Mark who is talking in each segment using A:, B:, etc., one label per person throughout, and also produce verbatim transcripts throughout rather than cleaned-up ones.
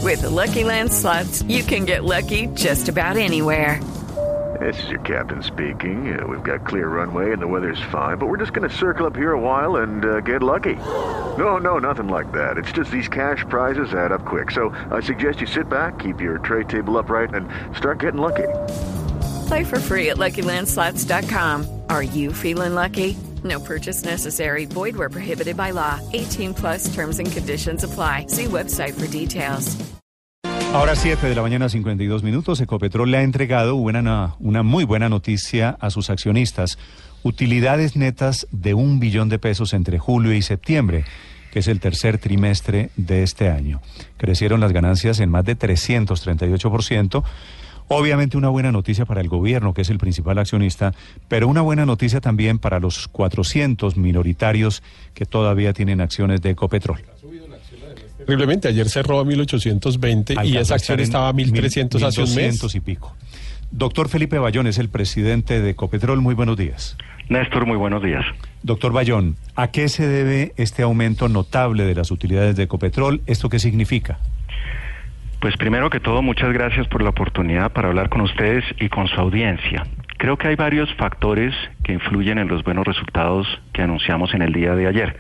A: With the Lucky Land Slots, you can get lucky just about anywhere.
B: This is your captain speaking. Uh, we've got clear runway and the weather's fine, but we're just going to circle up here a while and uh, get lucky. No, no, nothing like that. It's just these cash prizes add up quick. So I suggest you sit back, keep your tray table upright, and start getting lucky.
A: Play for free at Lucky Land Slots dot com. Are you feeling lucky? No purchase necessary. Void where prohibited by law. eighteen plus terms and conditions apply. See website for details.
C: Ahora siete de la mañana, cincuenta y dos minutos. Ecopetrol le ha entregado una, una muy buena noticia a sus accionistas. Utilidades netas de un billón de pesos entre julio y septiembre, que es el tercer trimestre de este año. Crecieron las ganancias en más de trescientos treinta y ocho por ciento. Obviamente una buena noticia para el gobierno, que es el principal accionista, pero una buena noticia también para los cuatrocientos minoritarios que todavía tienen acciones de Ecopetrol.
D: Terriblemente, ayer cerró a mil ochocientos veinte y esa acción estaba a mil trescientos hace un mes.
C: Y pico. Doctor Felipe Bayón es el presidente de Ecopetrol. Muy buenos días.
E: Néstor, muy buenos días.
C: Doctor Bayón, ¿a qué se debe este aumento notable de las utilidades de Ecopetrol? ¿Esto qué significa?
E: Pues primero que todo, muchas gracias por la oportunidad para hablar con ustedes y con su audiencia. Creo que hay varios factores que influyen en los buenos resultados que anunciamos en el día de ayer.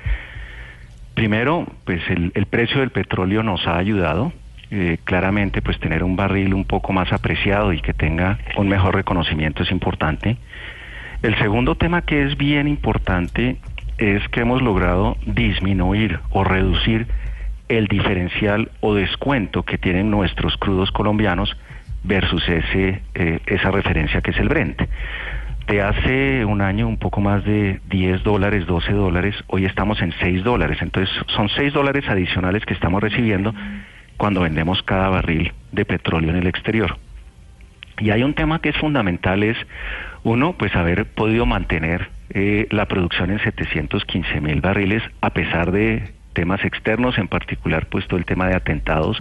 E: Primero, pues el, el precio del petróleo nos ha ayudado. Eh, claramente, pues tener un barril un poco más apreciado y que tenga un mejor reconocimiento es importante. El segundo tema que es bien importante es que hemos logrado disminuir o reducir el diferencial o descuento que tienen nuestros crudos colombianos versus ese eh, esa referencia que es el Brent. De hace un año un poco más de diez dólares, doce dólares, hoy estamos en seis dólares, entonces son seis dólares adicionales que estamos recibiendo cuando vendemos cada barril de petróleo en el exterior. Y hay un tema que es fundamental, es uno, pues haber podido mantener eh, la producción en setecientos quince mil barriles a pesar de temas externos, en particular pues todo el tema de atentados,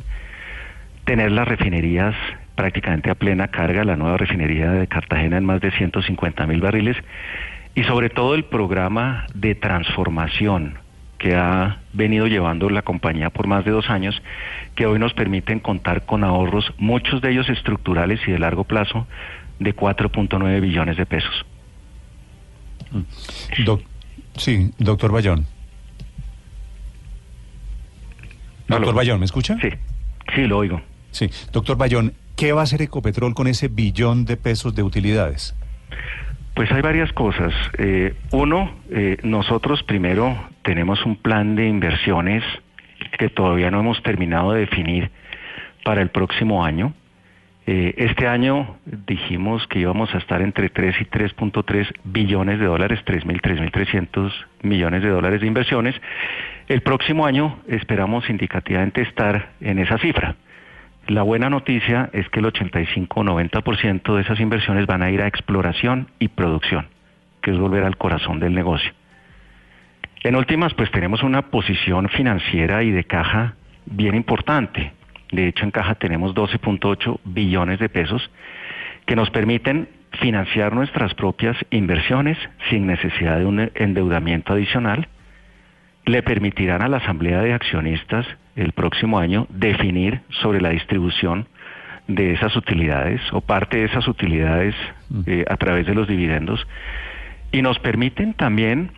E: tener las refinerías prácticamente a plena carga, la nueva refinería de Cartagena en más de ciento cincuenta mil barriles, y sobre todo el programa de transformación que ha venido llevando la compañía por más de dos años, que hoy nos permiten contar con ahorros, muchos de ellos estructurales y de largo plazo, de cuatro punto nueve billones de pesos.
C: Doc, sí, doctor Bayón. Doctor Bayón, ¿me escucha?
E: Sí, sí, lo oigo.
C: Sí, doctor Bayón, ¿qué va a hacer Ecopetrol con ese billón de pesos de utilidades?
E: Pues hay varias cosas. Eh, uno, eh, nosotros primero tenemos un plan de inversiones que todavía no hemos terminado de definir para el próximo año. Eh, este año dijimos que íbamos a estar entre tres y tres punto tres billones de dólares, tres mil, tres mil trescientos millones de dólares de inversiones. El próximo año esperamos indicativamente estar en esa cifra. La buena noticia es que el ochenta y cinco a noventa por ciento de esas inversiones van a ir a exploración y producción, que es volver al corazón del negocio. En últimas, pues tenemos una posición financiera y de caja bien importante. De hecho, en caja tenemos doce punto ocho billones de pesos que nos permiten financiar nuestras propias inversiones sin necesidad de un endeudamiento adicional. Le permitirán a la Asamblea de Accionistas el próximo año definir sobre la distribución de esas utilidades o parte de esas utilidades eh, a través de los dividendos, y nos permiten también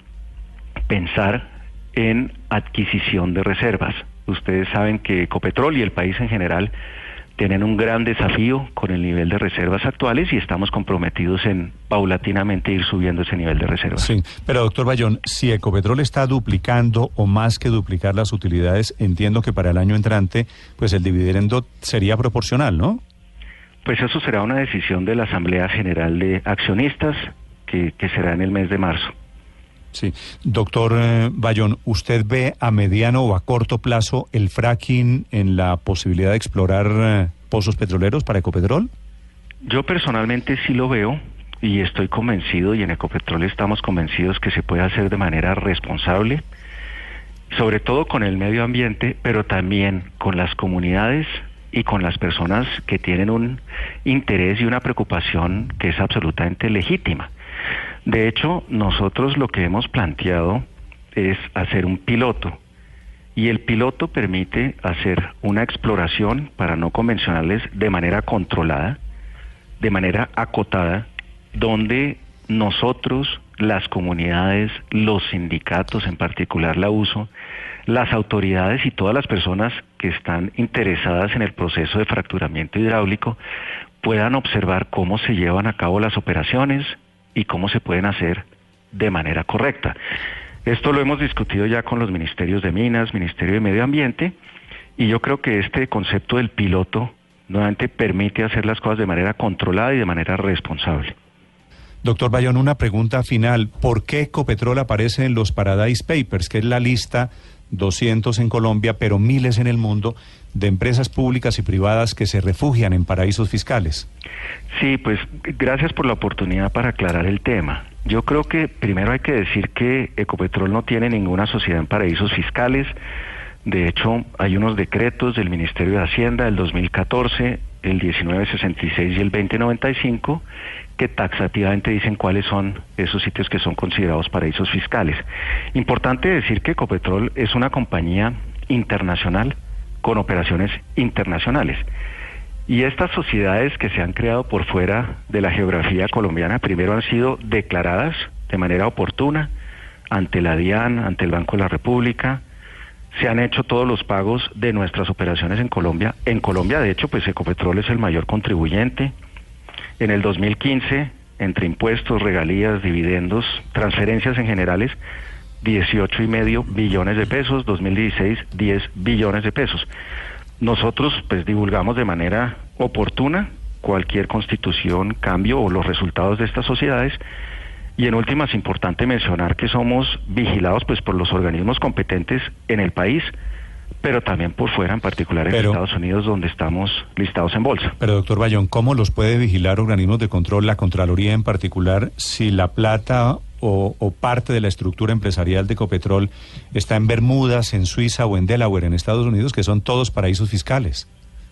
E: pensar en adquisición de reservas. Ustedes saben que Ecopetrol y el país en general tienen un gran desafío con el nivel de reservas actuales y estamos comprometidos en paulatinamente ir subiendo ese nivel de reservas.
C: Sí, pero doctor Bayón, si Ecopetrol está duplicando o más que duplicar las utilidades, entiendo que para el año entrante, pues el dividendo sería proporcional, ¿no?
E: Pues eso será una decisión de la Asamblea General de Accionistas que, que será en el mes de marzo.
C: Sí, doctor eh, Bayón, ¿usted ve a mediano o a corto plazo el fracking en la posibilidad de explorar eh, pozos petroleros para Ecopetrol?
E: Yo personalmente sí lo veo y estoy convencido, y en Ecopetrol estamos convencidos que se puede hacer de manera responsable, sobre todo con el medio ambiente, pero también con las comunidades y con las personas que tienen un interés y una preocupación que es absolutamente legítima. De hecho, nosotros lo que hemos planteado es hacer un piloto Y el piloto permite hacer una exploración para no convencionales de manera controlada, de manera acotada, donde nosotros, las comunidades, los sindicatos, en particular la U S O, las autoridades y todas las personas que están interesadas en el proceso de fracturamiento hidráulico puedan observar cómo se llevan a cabo las operaciones y cómo se pueden hacer de manera correcta. Esto lo hemos discutido ya con los ministerios de Minas, Ministerio de Medio Ambiente, y yo creo que este concepto del piloto nuevamente permite hacer las cosas de manera controlada y de manera responsable.
C: Doctor Bayón, una pregunta final. ¿Por qué Ecopetrol aparece en los Paradise Papers, que es la lista doscientos en Colombia, pero miles en el mundo, de empresas públicas y privadas que se refugian en paraísos fiscales?
E: Sí, pues gracias por la oportunidad para aclarar el tema. Yo creo que primero hay que decir que Ecopetrol no tiene ninguna sociedad en paraísos fiscales. De hecho, hay unos decretos del Ministerio de Hacienda del dos mil catorce, el diecinueve sesenta y seis y el veinte noventa y cinco, que taxativamente dicen cuáles son esos sitios que son considerados paraísos fiscales. Importante decir que Ecopetrol es una compañía internacional con operaciones internacionales. Y estas sociedades que se han creado por fuera de la geografía colombiana, primero han sido declaradas de manera oportuna ante la DIAN, ante el Banco de la República. Se han hecho todos los pagos de nuestras operaciones en Colombia. En Colombia, de hecho, pues Ecopetrol es el mayor contribuyente. En el dos mil quince, entre impuestos, regalías, dividendos, transferencias en generales, dieciocho y medio billones de pesos. dos mil dieciséis, diez billones de pesos. Nosotros, pues, divulgamos de manera oportuna cualquier constitución, cambio o los resultados de estas sociedades. Y en última, es importante mencionar que somos vigilados, pues, por los organismos competentes en el país, pero también por fuera, en particular en pero, Estados Unidos, donde estamos listados en bolsa.
C: Pero, doctor Bayón, ¿cómo los puede vigilar organismos de control, la Contraloría en particular, si la plata o, o parte de la estructura empresarial de Ecopetrol está en Bermudas, en Suiza o en Delaware, en Estados Unidos, que son todos paraísos fiscales?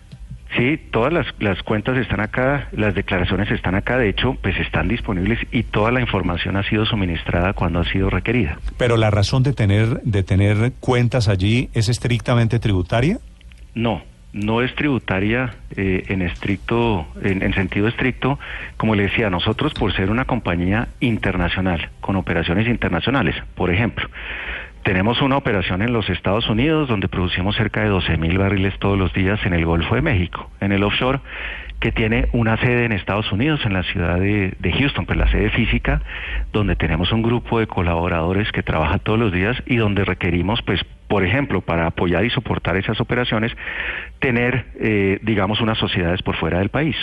E: Sí, todas las, las cuentas están acá, las declaraciones están acá, de hecho, pues están disponibles y toda la información ha sido suministrada cuando ha sido requerida.
C: Pero la razón de tener, de tener cuentas allí es estrictamente tributaria?
E: No, no es tributaria eh, en estricto, en, en sentido estricto. Como le decía, nosotros por ser una compañía internacional, con operaciones internacionales, por ejemplo, tenemos una operación en los Estados Unidos donde producimos cerca de doce mil barriles todos los días en el Golfo de México, en el offshore, que tiene una sede en Estados Unidos, en la ciudad de, de Houston, pues la sede física, donde tenemos un grupo de colaboradores que trabaja todos los días y donde requerimos, pues, por ejemplo, para apoyar y soportar esas operaciones, tener, eh, digamos, unas sociedades por fuera del país.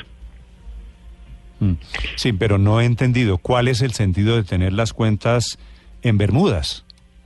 C: Sí, pero no he entendido cuál es el sentido de tener las cuentas en Bermudas.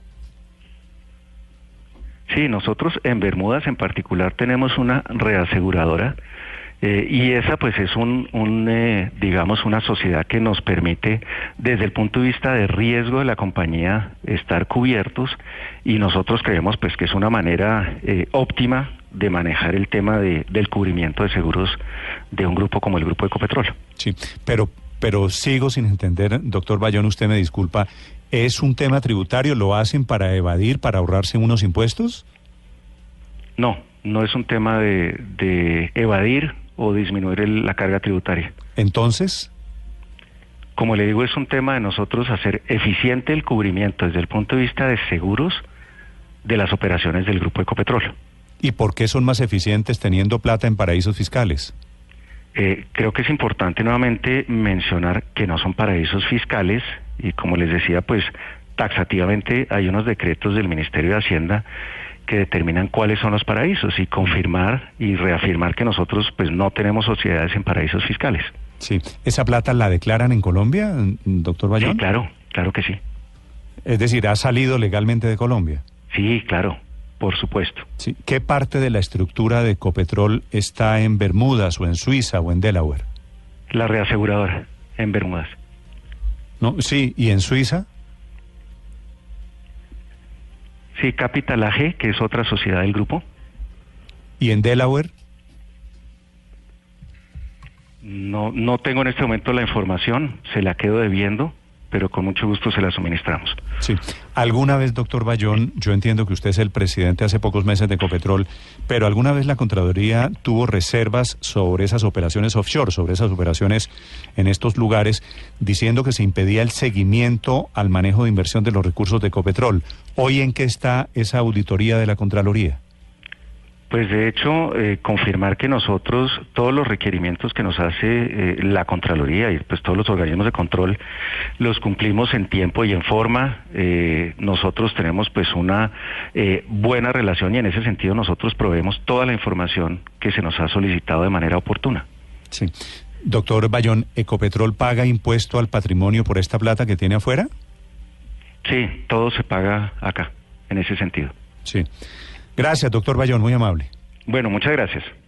E: Sí, nosotros en Bermudas en particular tenemos una reaseguradora eh, y esa pues es un, un eh, digamos una sociedad que nos permite desde el punto de vista de riesgo de la compañía estar cubiertos, y nosotros creemos pues que es una manera eh, óptima de manejar el tema de, del cubrimiento de seguros de un grupo como el Grupo Ecopetrol.
C: Sí, pero, pero sigo sin entender, doctor Bayón, usted me disculpa. ¿Es un tema tributario? ¿Lo hacen para evadir, para ahorrarse unos impuestos?
E: No, no es un tema de, de evadir o disminuir el, la carga tributaria.
C: ¿Entonces?
E: Como le digo, es un tema de nosotros hacer eficiente el cubrimiento desde el punto de vista de seguros de las operaciones del Grupo Ecopetrol.
C: ¿Y por qué son más eficientes teniendo plata en paraísos fiscales?
E: Eh, creo que es importante nuevamente mencionar que no son paraísos fiscales, y como les decía, pues taxativamente hay unos decretos del Ministerio de Hacienda que determinan cuáles son los paraísos, y confirmar y reafirmar que nosotros pues no tenemos sociedades en paraísos fiscales.
C: Sí, ¿esa plata la declaran en Colombia, doctor Bayón?
E: Sí, claro, claro que sí.
C: Es decir, ¿ha salido legalmente de Colombia?
E: Sí, claro. Por supuesto.
C: Sí. ¿Qué parte de la estructura de Ecopetrol está en Bermudas o en Suiza o en Delaware?
E: La reaseguradora, en Bermudas.
C: No, sí, ¿y en Suiza?
E: Sí, Capital A G, que es otra sociedad del grupo.
C: ¿Y en Delaware?
E: No, no tengo en este momento la información, se la quedo debiendo. pero con mucho gusto se la suministramos.
C: Sí. ¿Alguna vez, doctor Bayón, yo entiendo que usted es el presidente hace pocos meses de Ecopetrol, pero alguna vez la Contraloría tuvo reservas sobre esas operaciones offshore, sobre esas operaciones en estos lugares, diciendo que se impedía el seguimiento al manejo de inversión de los recursos de Ecopetrol? ¿Hoy en qué está esa auditoría de la Contraloría?
E: Pues de hecho, eh, confirmar que nosotros, todos los requerimientos que nos hace eh, la Contraloría y pues todos los organismos de control, los cumplimos en tiempo y en forma. Eh, nosotros tenemos pues una eh, buena relación y en ese sentido nosotros proveemos toda la información que se nos ha solicitado de manera oportuna.
C: Sí. Doctor Bayón, ¿Ecopetrol paga impuesto al patrimonio por esta plata que tiene afuera?
E: Sí, todo se paga acá, en ese sentido.
C: Sí. Gracias, doctor Bayón, muy amable.
E: Bueno, muchas gracias.